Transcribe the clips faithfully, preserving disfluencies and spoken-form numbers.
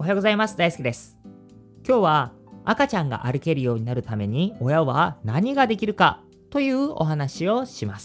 おはようございます。大好きです。今日は赤ちゃんが歩けるようになるために親は何ができるかというお話をします。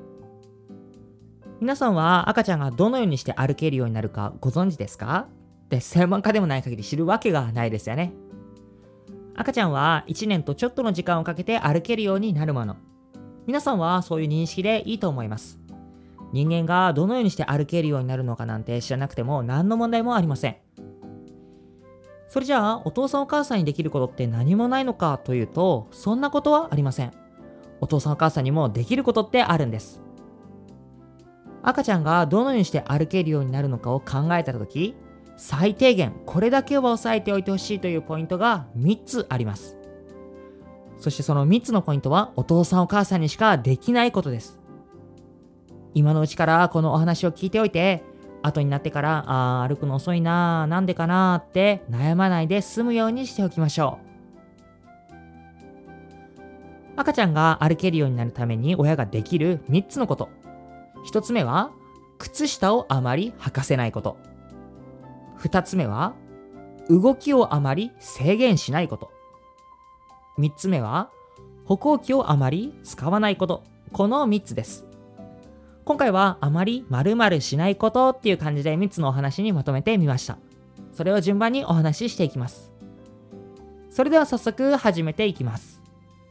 皆さんは赤ちゃんがどのようにして歩けるようになるかご存知ですか？で、専門家でもない限り知るわけがないですよね。赤ちゃんはいちねんとちょっとの時間をかけて歩けるようになるもの。皆さんはそういう認識でいいと思います。人間がどのようにして歩けるようになるのかなんて知らなくても何の問題もありません。それじゃあお父さんお母さんにできることって何もないのかというと、そんなことはありません。お父さんお母さんにもできることってあるんです。赤ちゃんがどのようにして歩けるようになるのかを考えたとき、最低限これだけは押さえておいてほしいというポイントがみっつあります。そしてそのみっつのポイントはお父さんお母さんにしかできないことです。今のうちからこのお話を聞いておいて、後になってからあー歩くの遅いなーなんでかなーって悩まないで済むようにしておきましょう。赤ちゃんが歩けるようになるために親ができるみっつのこと。ひとつめは靴下をあまり履かせないこと。ふたつめは動きをあまり制限しないこと。みっつめは歩行器をあまり使わないこと。このみっつです。今回はあまり〇〇しないことっていう感じでみっつのお話にまとめてみました。それを順番にお話ししていきます。それでは早速始めていきます。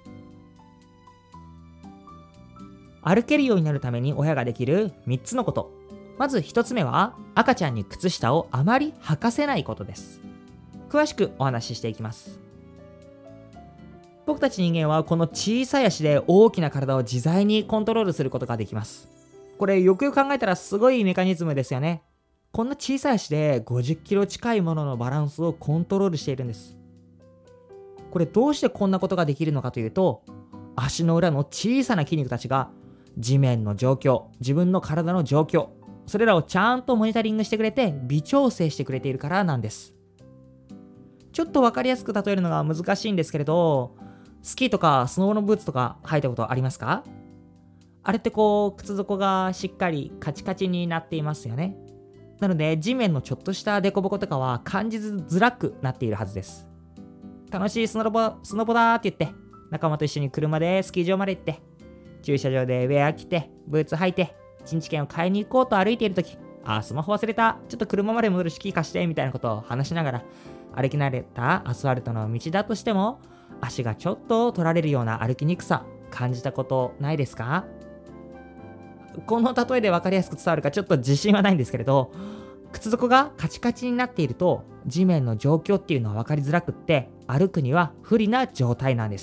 歩けるようになるために親ができるみっつのこと。まずひとつめは赤ちゃんに靴下をあまり履かせないことです。詳しくお話ししていきます。僕たち人間はこの小さい足で大きな体を自在にコントロールすることができます。これよくよく考えたらすごいメカニズムですよね。こんな小さい足でごじゅっキロ近いもののバランスをコントロールしているんです。これどうしてこんなことができるのかというと、足の裏の小さな筋肉たちが地面の状況、自分の体の状況、それらをちゃんとモニタリングしてくれて微調整してくれているからなんです。ちょっとわかりやすく例えるのが難しいんですけれど、スキーとかスノーのブーツとか履いたことありますか？あれってこう靴底がしっかりカチカチになっていますよね。なので地面のちょっとした凸凹とかは感じづらくなっているはずです。楽しいスノボスノボだーって言って仲間と一緒に車でスキー場まで行って、駐車場でウェア着てブーツ履いて一日券を買いに行こうと歩いているとき、あースマホ忘れた、ちょっと車まで戻るしキー貸してみたいなことを話しながら歩き慣れたアスファルトの道だとしても、足がちょっと取られるような歩きにくさ感じたことないですか？この例えで分かりやすく伝わるかちょっと自信はないんですけれど、靴底がカチカチになっていると地面の状況っていうのは分かりづらくって、歩くには不利な状態なんです。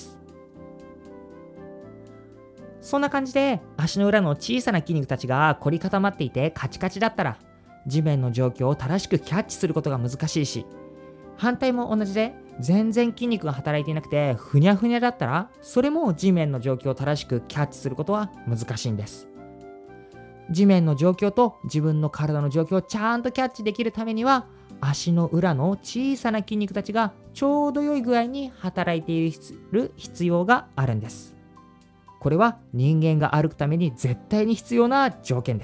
そんな感じで足の裏の小さな筋肉たちが凝り固まっていてカチカチだったら、地面の状況を正しくキャッチすることが難しいし、反対も同じで全然筋肉が働いていなくてふにゃふにゃだったら、それも地面の状況を正しくキャッチすることは難しいんです。地面の状況と自分の体の状況をちゃんとキャッチできるためには、足の裏の小さな筋肉たちがちょうど良い具合に働いている必要があるんです。これは人間が歩くために絶対に必要な条件です。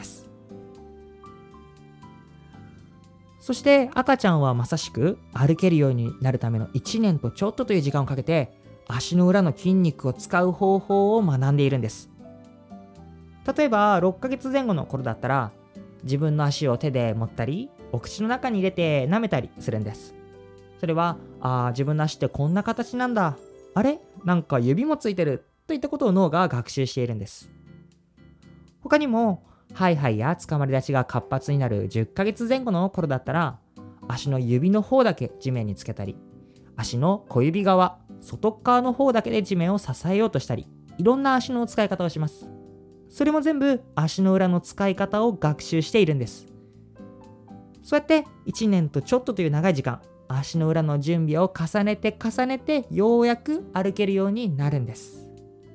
そして赤ちゃんはまさしく歩けるようになるためのいちねんとちょっとという時間をかけて、足の裏の筋肉を使う方法を学んでいるんです。例えばろっかげつまえ後の頃だったら、自分の足を手で持ったりお口の中に入れて舐めたりするんです。それはあー自分の足ってこんな形なんだ、あれなんか指もついてるといったことを脳が学習しているんです。他にもハイハイやつかまり立ちが活発になるじゅっかげつまえ後の頃だったら、足の指の方だけ地面につけたり、足の小指側外側の方だけで地面を支えようとしたり、いろんな足の使い方をします。それも全部足の裏の使い方を学習しているんです。そうやっていちねんとちょっとという長い時間、足の裏の準備を重ねて重ねてようやく歩けるようになるんです。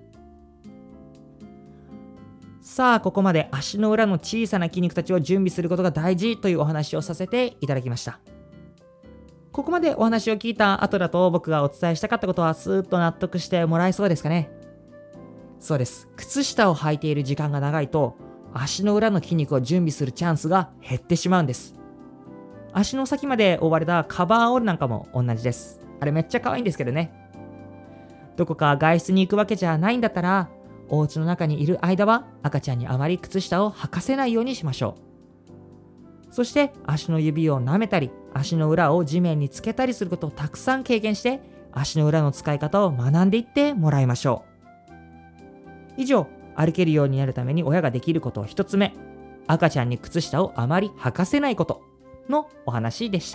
さあ、ここまで足の裏の小さな筋肉たちを準備することが大事というお話をさせていただきました。ここまでお話を聞いた後だと、僕がお伝えしたかったことはスーッと納得してもらえそうですかね。そうです。靴下を履いている時間が長いと足の裏の筋肉を準備するチャンスが減ってしまうんです。 足の先まで覆われたカバーオールなんかも同じです。あれめっちゃ可愛いんですけどね。どこか外出に行くわけじゃないんだったら、お家の中にいる間は赤ちゃんにあまり靴下を履かせないようにしましょう。そして足の指を舐めたり、足の裏を地面につけたりすることをたくさん経験して、足の裏の使い方を学んでいってもらいましょう。以上、歩けるようになるために親ができることを一つ目、赤ちゃんに靴下をあまり履かせないことのお話でした。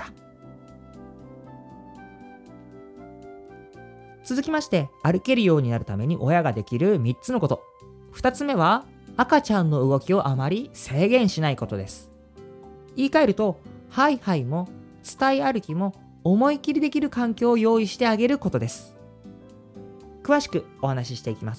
続きまして、歩けるようになるために親ができるみっつのこと。ふたつめは、赤ちゃんの動きをあまり制限しないことです。言い換えると、ハイハイも伝え歩きも思い切りできる環境を用意してあげることです。詳しくお話ししていきます。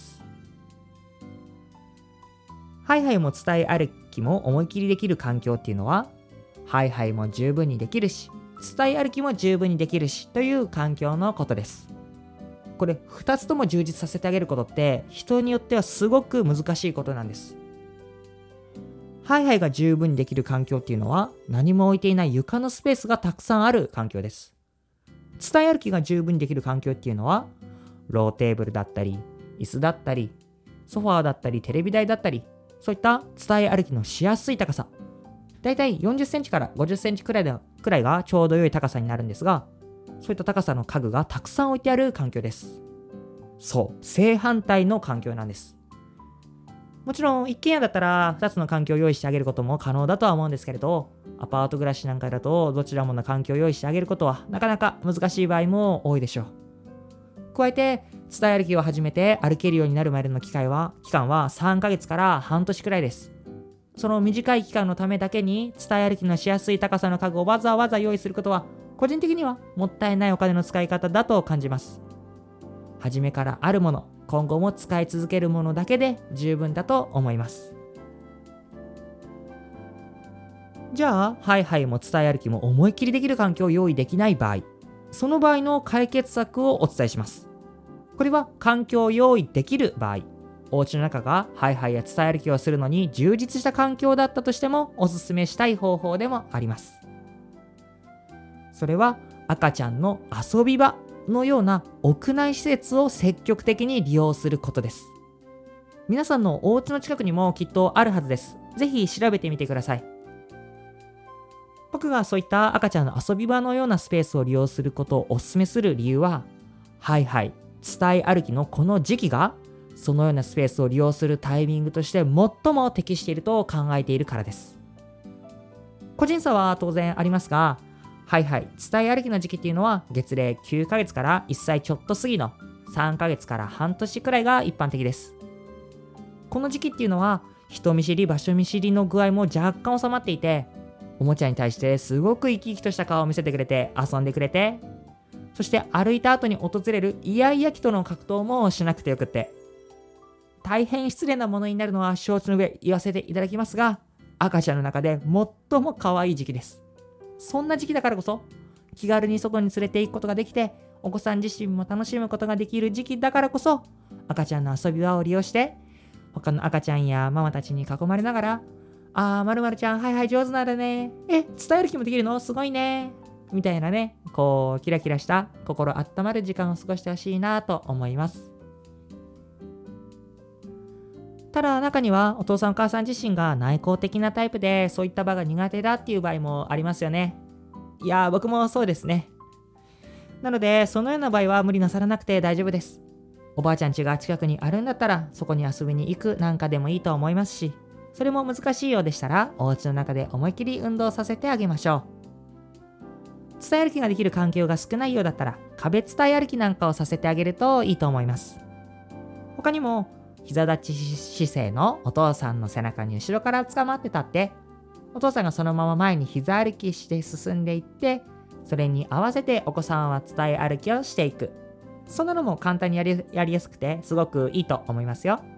ハイハイも伝え歩きも思い切りできる環境っていうのは、ハイハイも十分にできるし、伝え歩きも十分にできるしという環境のことです。これふたつとも充実させてあげることって人によってはすごく難しいことなんです。ハイハイが十分にできる環境っていうのは何も置いていない床のスペースがたくさんある環境です。伝え歩きが十分にできる環境っていうのはローテーブルだったり椅子だったりソファーだったりテレビ台だったり、そういった伝え歩きのしやすい高さ、だいたいよんじゅっセンチからごじゅっセンチくらいだくらいがちょうど良い高さになるんですが、そういった高さの家具がたくさん置いてある環境です。そう、正反対の環境なんです。もちろん一軒家だったらふたつの環境を用意してあげることも可能だとは思うんですけれど、アパート暮らしなんかだとどちらもの環境を用意してあげることはなかなか難しい場合も多いでしょう。加えて伝え歩きを始めて歩けるようになるまでの期間は期間はさんかげつから半年くらいです。その短い期間のためだけに伝え歩きのしやすい高さの家具をわざわざ用意することは個人的にはもったいないお金の使い方だと感じます。初めからあるもの、今後も使い続けるものだけで十分だと思います。じゃあ、ハイハイも伝え歩きも思いっきりできる環境を用意できない場合、その場合の解決策をお伝えします。これは環境を用意できる場合、お家の中がハイハイや伝え歩きをするのに充実した環境だったとしてもおすすめしたい方法でもあります。それは赤ちゃんの遊び場のような屋内施設を積極的に利用することです。皆さんのお家の近くにもきっとあるはずです。ぜひ調べてみてください。僕がそういった赤ちゃんの遊び場のようなスペースを利用することをお勧めする理由は、ハイハイ、伝え歩きのこの時期がそのようなスペースを利用するタイミングとして最も適していると考えているからです。個人差は当然ありますが、はいはい、伝え歩きの時期っていうのは月齢きゅうかげつからいっさいちょっと過ぎのさんかげつから半年くらいが一般的です。この時期っていうのは人見知り場所見知りの具合も若干収まっていて、おもちゃに対してすごく生き生きとした顔を見せてくれて遊んでくれて、そして歩いた後に訪れるイヤイヤ期との格闘もしなくてよくって、大変失礼なものになるのは承知の上言わせていただきますが、赤ちゃんの中で最も可愛い時期です。そんな時期だからこそ気軽に外に連れて行くことができて、お子さん自身も楽しむことができる時期だからこそ、赤ちゃんの遊び場を利用して他の赤ちゃんやママたちに囲まれながら、あーまるまるちゃんはいはい上手なんだね、え伝える気もできるのすごいねみたいなね、こうキラキラした心温まる時間を過ごしてほしいなと思います。ただ中にはお父さんお母さん自身が内向的なタイプでそういった場が苦手だっていう場合もありますよね。いやー僕もそうですね。なのでそのような場合は無理なさらなくて大丈夫です。おばあちゃん家が近くにあるんだったらそこに遊びに行くなんかでもいいと思いますし、それも難しいようでしたらお家の中で思いっきり運動させてあげましょう。伝え歩きができる環境が少ないようだったら壁伝え歩きなんかをさせてあげるといいと思います。他にも膝立ち姿勢のお父さんの背中に後ろから捕まって立って、お父さんがそのまま前に膝歩きして進んでいって、それに合わせてお子さんは伝え歩きをしていく。そんなのも簡単にやり、やりやすくてすごくいいと思いますよ。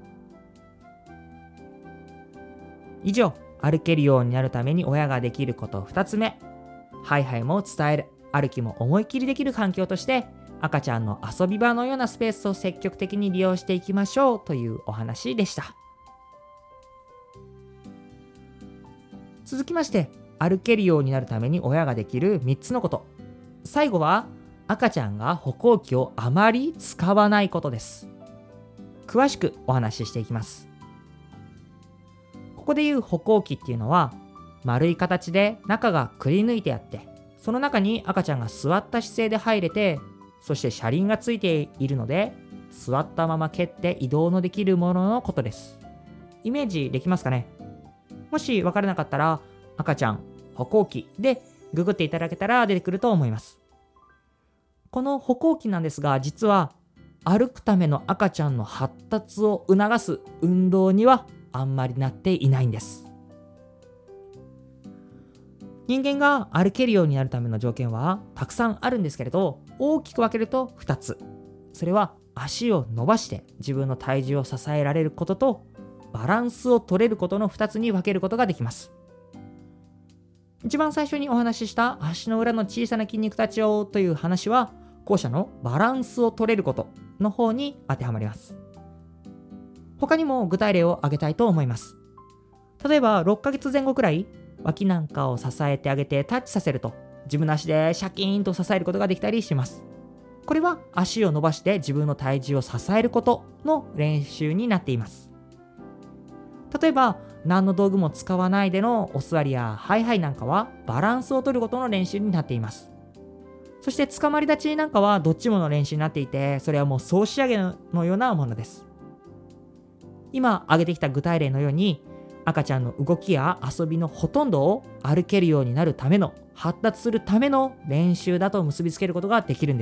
以上、歩けるようになるために親ができることふたつめ、ハイハイも伝える、歩きも思いっきりできる環境として赤ちゃんの遊び場のようなスペースを積極的に利用していきましょうというお話でした。続きまして、 歩けるようになるために親ができるみっつのこと。最後は赤ちゃんが歩行器をあまり使わないことです。詳しくお話ししていきます。ここでいう歩行器っていうのは丸い形で中がくり抜いてあって、その中に赤ちゃんが座った姿勢で入れて、そして車輪がついているので座ったまま蹴って移動のできるもののことです。イメージできますかね。もし分からなかったら赤ちゃん歩行器でググっていただけたら出てくると思います。この歩行器なんですが、実は歩くための赤ちゃんの発達を促す運動にはあんまりなっていないんです。人間が歩けるようになるための条件はたくさんあるんですけれど、大きく分けるとふたつ。それは足を伸ばして自分の体重を支えられることと、バランスを取れることのふたつに分けることができます。一番最初にお話しした足の裏の小さな筋肉たちをという話は、後者のバランスを取れることの方に当てはまります。他にも具体例を挙げたいと思います。例えばろっかげつぜん後くらい、脇なんかを支えてあげてタッチさせると、自分の足でシャキーンと支えることができたりします。これは足を伸ばして自分の体重を支えることの練習になっています。例えば何の道具も使わないでのお座りやハイハイなんかはバランスを取ることの練習になっています。そしてつかまり立ちなんかはどっちもの練習になっていて、それはもう総仕上げのようなものです。今挙げてきた具体例のように、赤ちゃんの動きや遊びのほとんどを歩けるようになるための、発達するための練習だと結びつけることができるんです。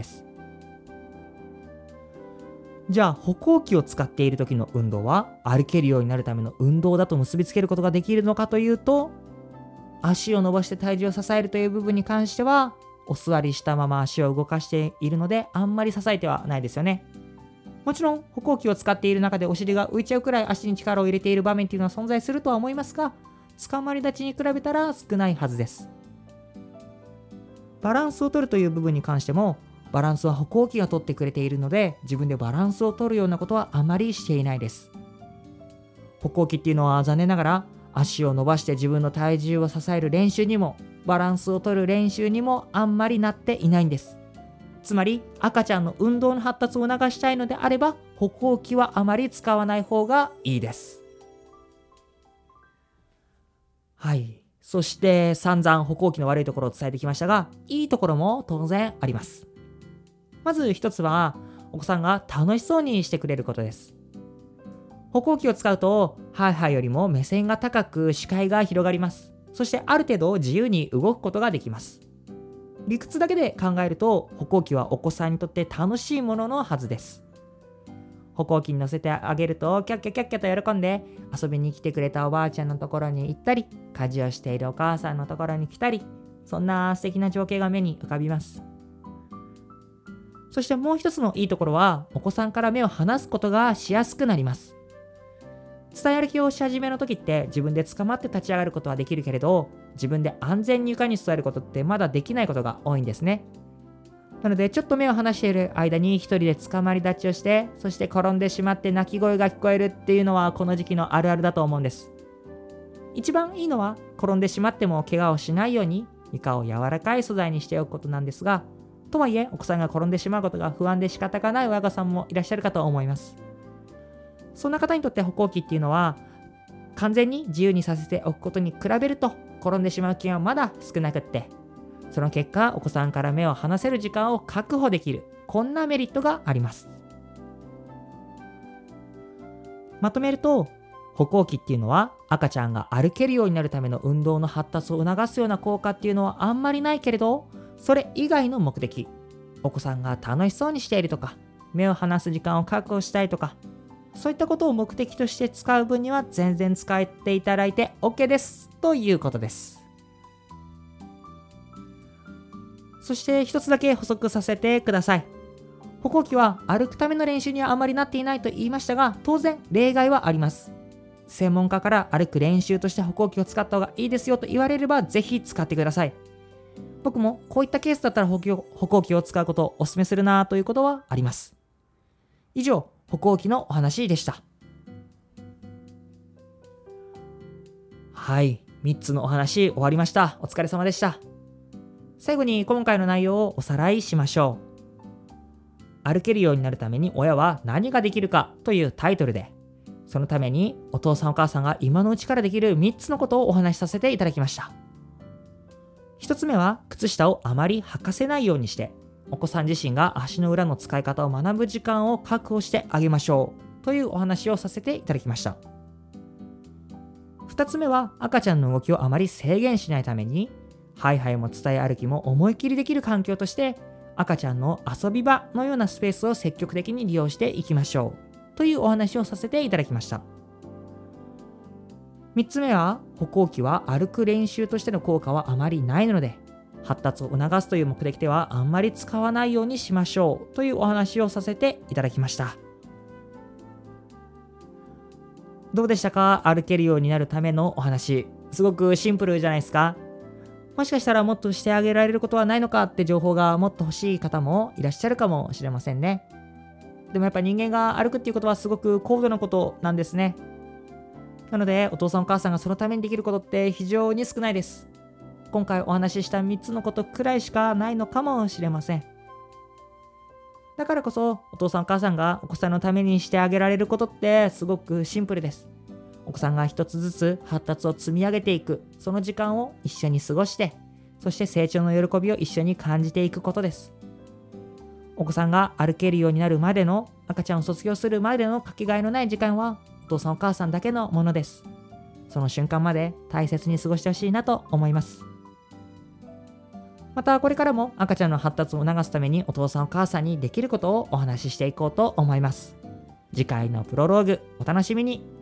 じゃあ歩行器を使っている時の運動は歩けるようになるための運動だと結びつけることができるのかというと、足を伸ばして体重を支えるという部分に関してはお座りしたまま足を動かしているのであんまり支えてはないですよね。もちろん歩行器を使っている中でお尻が浮いちゃうくらい足に力を入れている場面っていうのは存在するとは思いますが、つかまり立ちに比べたら少ないはずです。バランスを取るという部分に関しても、バランスは歩行器が取ってくれているので、自分でバランスを取るようなことはあまりしていないです。歩行器っていうのは残念ながら足を伸ばして自分の体重を支える練習にも、バランスを取る練習にもあんまりなっていないんです。つまり赤ちゃんの運動の発達を促したいのであれば、歩行器はあまり使わない方がいいです。はい。そして散々歩行器の悪いところを伝えてきましたが、いいところも当然あります。まず一つは、お子さんが楽しそうにしてくれることです。歩行器を使うと、ハイハイよりも目線が高く視界が広がります。そしてある程度自由に動くことができます。理屈だけで考えると、歩行器はお子さんにとって楽しいもののはずです。歩行器に乗せてあげると、キャッキャキャッキャと喜んで、遊びに来てくれたおばあちゃんのところに行ったり、家事をしているお母さんのところに来たり、そんな素敵な情景が目に浮かびます。そしてもう一つのいいところは、お子さんから目を離すことがしやすくなります。伝え歩きをし始めの時って自分で捕まって立ち上がることはできるけれど、自分で安全に床に座ることってまだできないことが多いんですね。なのでちょっと目を離している間に一人で捕まり立ちをして、そして転んでしまって泣き声が聞こえるっていうのはこの時期のあるあるだと思うんです。一番いいのは転んでしまっても怪我をしないように床を柔らかい素材にしておくことなんですが、とはいえお子さんが転んでしまうことが不安で仕方がない親御さんもいらっしゃるかと思います。そんな方にとって歩行器っていうのは完全に自由にさせておくことに比べると転んでしまう危険はまだ少なくって、その結果お子さんから目を離せる時間を確保できる、こんなメリットがあります。まとめると、歩行器っていうのは赤ちゃんが歩けるようになるための運動の発達を促すような効果っていうのはあんまりないけれど、それ以外の目的、お子さんが楽しそうにしているとか、目を離す時間を確保したいとか、そういったことを目的として使う分には全然使っていただいて OK ですということです。そして一つだけ補足させてください。歩行器は歩くための練習にはあまりなっていないと言いましたが、当然例外はあります。専門家から歩く練習として歩行器を使った方がいいですよと言われればぜひ使ってください。僕もこういったケースだったら歩行器を使うことをお勧めするなということはあります。以上、歩行器のお話でした。はい、 みっつのお話終わりました。お疲れ様でした。最後に今回の内容をおさらいしましょう。歩けるようになるために親は何ができるかというタイトルで、そのためにお父さんお母さんが今のうちからできるみっつのことをお話しさせていただきました。ひとつめは靴下をあまり履かせないようにして、お子さん自身が足の裏の使い方を学ぶ時間を確保してあげましょうというお話をさせていただきました。ふたつめは赤ちゃんの動きをあまり制限しないために、ハイハイも伝え歩きも思い切りできる環境として、赤ちゃんの遊び場のようなスペースを積極的に利用していきましょうというお話をさせていただきました。みっつめは歩行器は歩く練習としての効果はあまりないので、発達を促すという目的ではあんまり使わないようにしましょうというお話をさせていただきました。どうでしたか？歩けるようになるためのお話。すごくシンプルじゃないですか？もしかしたらもっとしてあげられることはないのかって情報がもっと欲しい方もいらっしゃるかもしれませんね。でもやっぱ人間が歩くっていうことはすごく高度なことなんですね。なのでお父さんお母さんがそのためにできることって非常に少ないです。今回お話ししたみっつのことくらいしかないのかもしれません。だからこそお父さんお母さんがお子さんのためにしてあげられることってすごくシンプルです。お子さんが一つずつ発達を積み上げていく、その時間を一緒に過ごして、そして成長の喜びを一緒に感じていくことです。お子さんが歩けるようになるまでの、赤ちゃんを卒業するまでのかけがえのない時間はお父さんお母さんだけのものです。その瞬間まで大切に過ごしてほしいなと思います。またこれからも赤ちゃんの発達を促すためにお父さんお母さんにできることをお話ししていこうと思います。次回のプロローグお楽しみに。